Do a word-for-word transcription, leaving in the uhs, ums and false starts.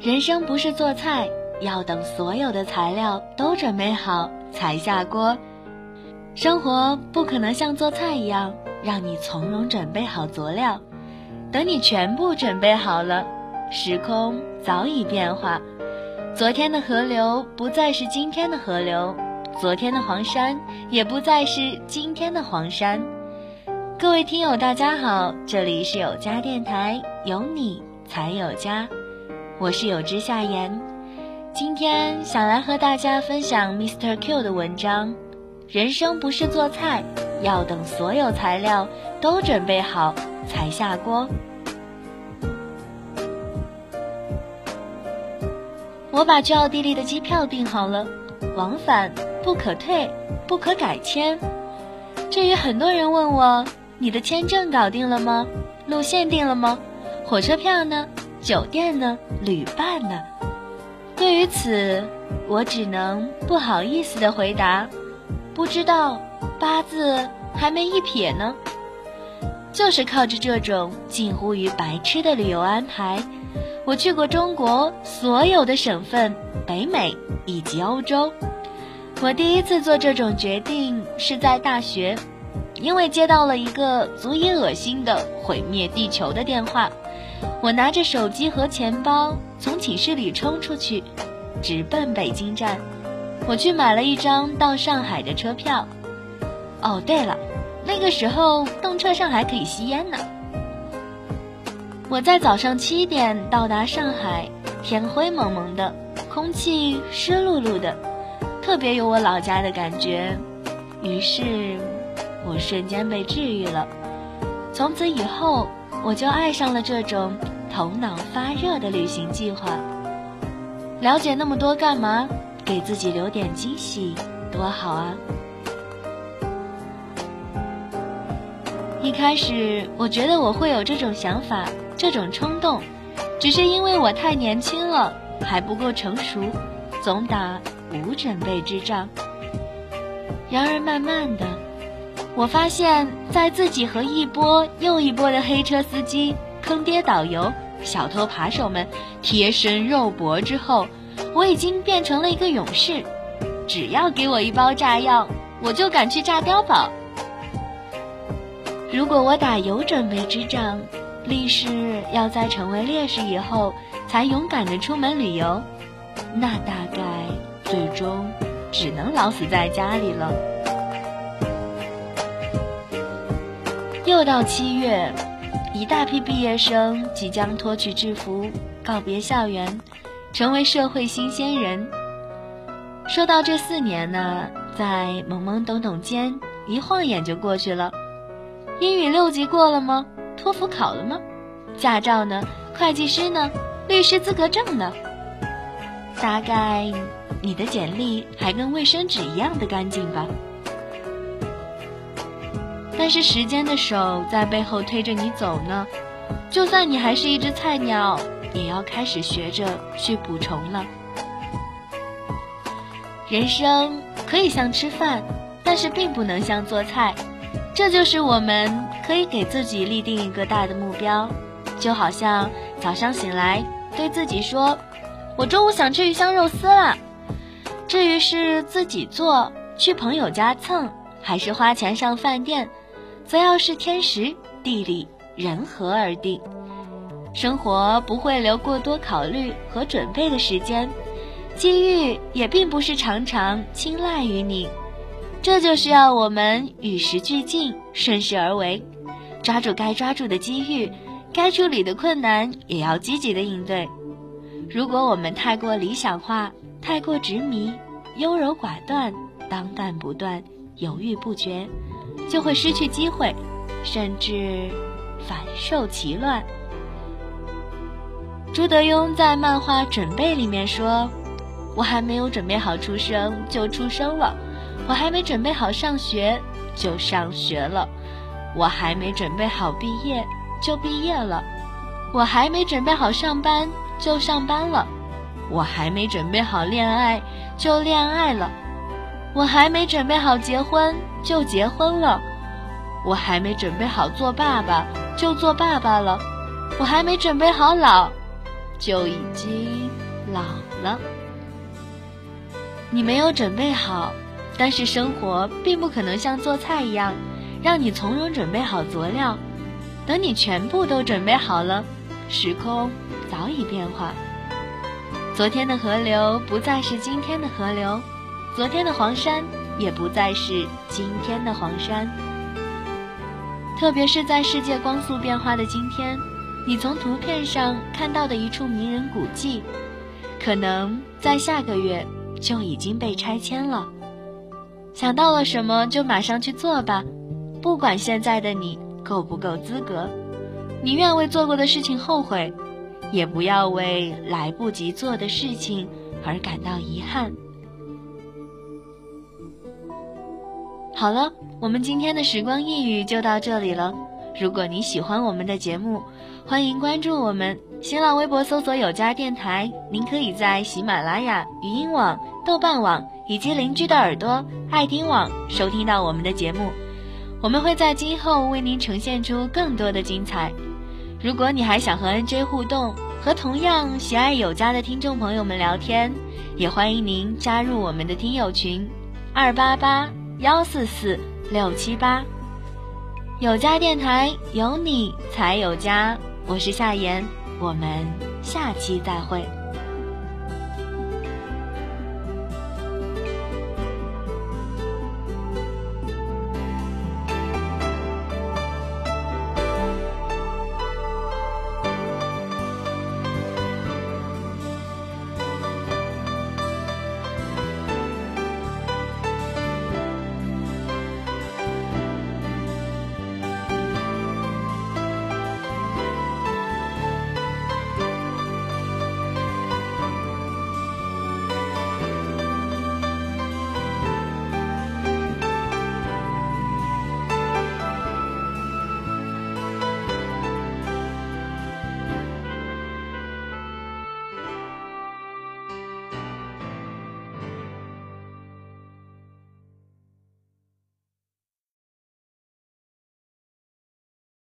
人生不是做菜，要等所有的材料都准备好才下锅。生活不可能像做菜一样，让你从容准备好佐料。等你全部准备好了，时空早已变化。昨天的河流不再是今天的河流，昨天的黄山也不再是今天的黄山。各位听友大家好，这里是有家电台，有你才有家，我是有之夏言。今天想来和大家分享 Mister Q 的文章，人生不是做菜，要等所有材料都准备好才下锅。我把去奥地利的机票订好了，往返不可退，不可改签。至于很多人问我，你的签证搞定了吗？路线定了吗？火车票呢？酒店呢？旅伴呢？对于此，我只能不好意思地回答，不知道，八字还没一撇呢。就是靠着这种近乎于白痴的旅游安排，我去过中国所有的省份、北美以及欧洲。我第一次做这种决定是在大学，因为接到了一个足以恶心的毁灭地球的电话。我拿着手机和钱包从寝室里冲出去，直奔北京站。我去买了一张到上海的车票。哦，对了，那个时候动车上还可以吸烟呢。我在早上七点到达上海，天灰蒙蒙的，空气湿漉漉的，特别有我老家的感觉。于是我瞬间被治愈了。从此以后，我就爱上了这种头脑发热的旅行计划。了解那么多干嘛？给自己留点惊喜，多好啊！一开始我觉得我会有这种想法，这种冲动，只是因为我太年轻了，还不够成熟，总打无准备之仗。然而慢慢的，我发现在自己和一波又一波的黑车司机、坑爹导游、小偷扒手们贴身肉搏之后，我已经变成了一个勇士。只要给我一包炸药，我就敢去炸碉堡。如果我打有准备之仗，立誓要在成为烈士以后才勇敢地出门旅游，那大概最终只能老死在家里了。又到七月，一大批毕业生即将脱去制服，告别校园，成为社会新鲜人。说到这四年呢，在懵懵懂懂间，一晃眼就过去了。英语六级过了吗？托福考了吗？驾照呢？会计师呢？律师资格证呢？大概你的简历还跟卫生纸一样的干净吧。但是时间的手在背后推着你走呢，就算你还是一只菜鸟，也要开始学着去捕虫了。人生可以像吃饭，但是并不能像做菜。这就是我们可以给自己立定一个大的目标，就好像早上醒来对自己说，我中午想吃鱼香肉丝啦。至于是自己做，去朋友家蹭，还是花钱上饭店，则要是天时地利人和而定。生活不会留过多考虑和准备的时间，机遇也并不是常常青睐于你。这就需要我们与时俱进，顺势而为，抓住该抓住的机遇，该处理的困难也要积极的应对。如果我们太过理想化，太过执迷，优柔寡断，当断不断，犹豫不决，就会失去机会，甚至反受其乱。朱德庸在漫画《准备》里面说，我还没有准备好出生就出生了，我还没准备好上学就上学了，我还没准备好毕业就毕业了，我还没准备好上班就上班了，我还没准备好恋爱就恋爱了，我还没准备好结婚就结婚了，我还没准备好做爸爸就做爸爸了，我还没准备好老就已经老了。你没有准备好，但是生活并不可能像做菜一样，让你从容准备好佐料。等你全部都准备好了，时空早已变化。昨天的河流不再是今天的河流，昨天的黄山也不再是今天的黄山。特别是在世界光速变化的今天，你从图片上看到的一处名人古迹，可能在下个月就已经被拆迁了。想到了什么就马上去做吧，不管现在的你够不够资格，宁愿为做过的事情后悔，也不要为来不及做的事情而感到遗憾。好了，我们今天的时光一语就到这里了。如果你喜欢我们的节目，欢迎关注我们，新浪微博搜索有家电台，您可以在喜马拉雅、语音网、豆瓣网以及邻居的耳朵、爱听网收听到我们的节目。我们会在今后为您呈现出更多的精彩。如果你还想和 N J 互动，和同样喜爱有家的听众朋友们聊天，也欢迎您加入我们的听友群二八八幺四四六七八。有家电台，有你才有家。我是夏言，我们下期再会。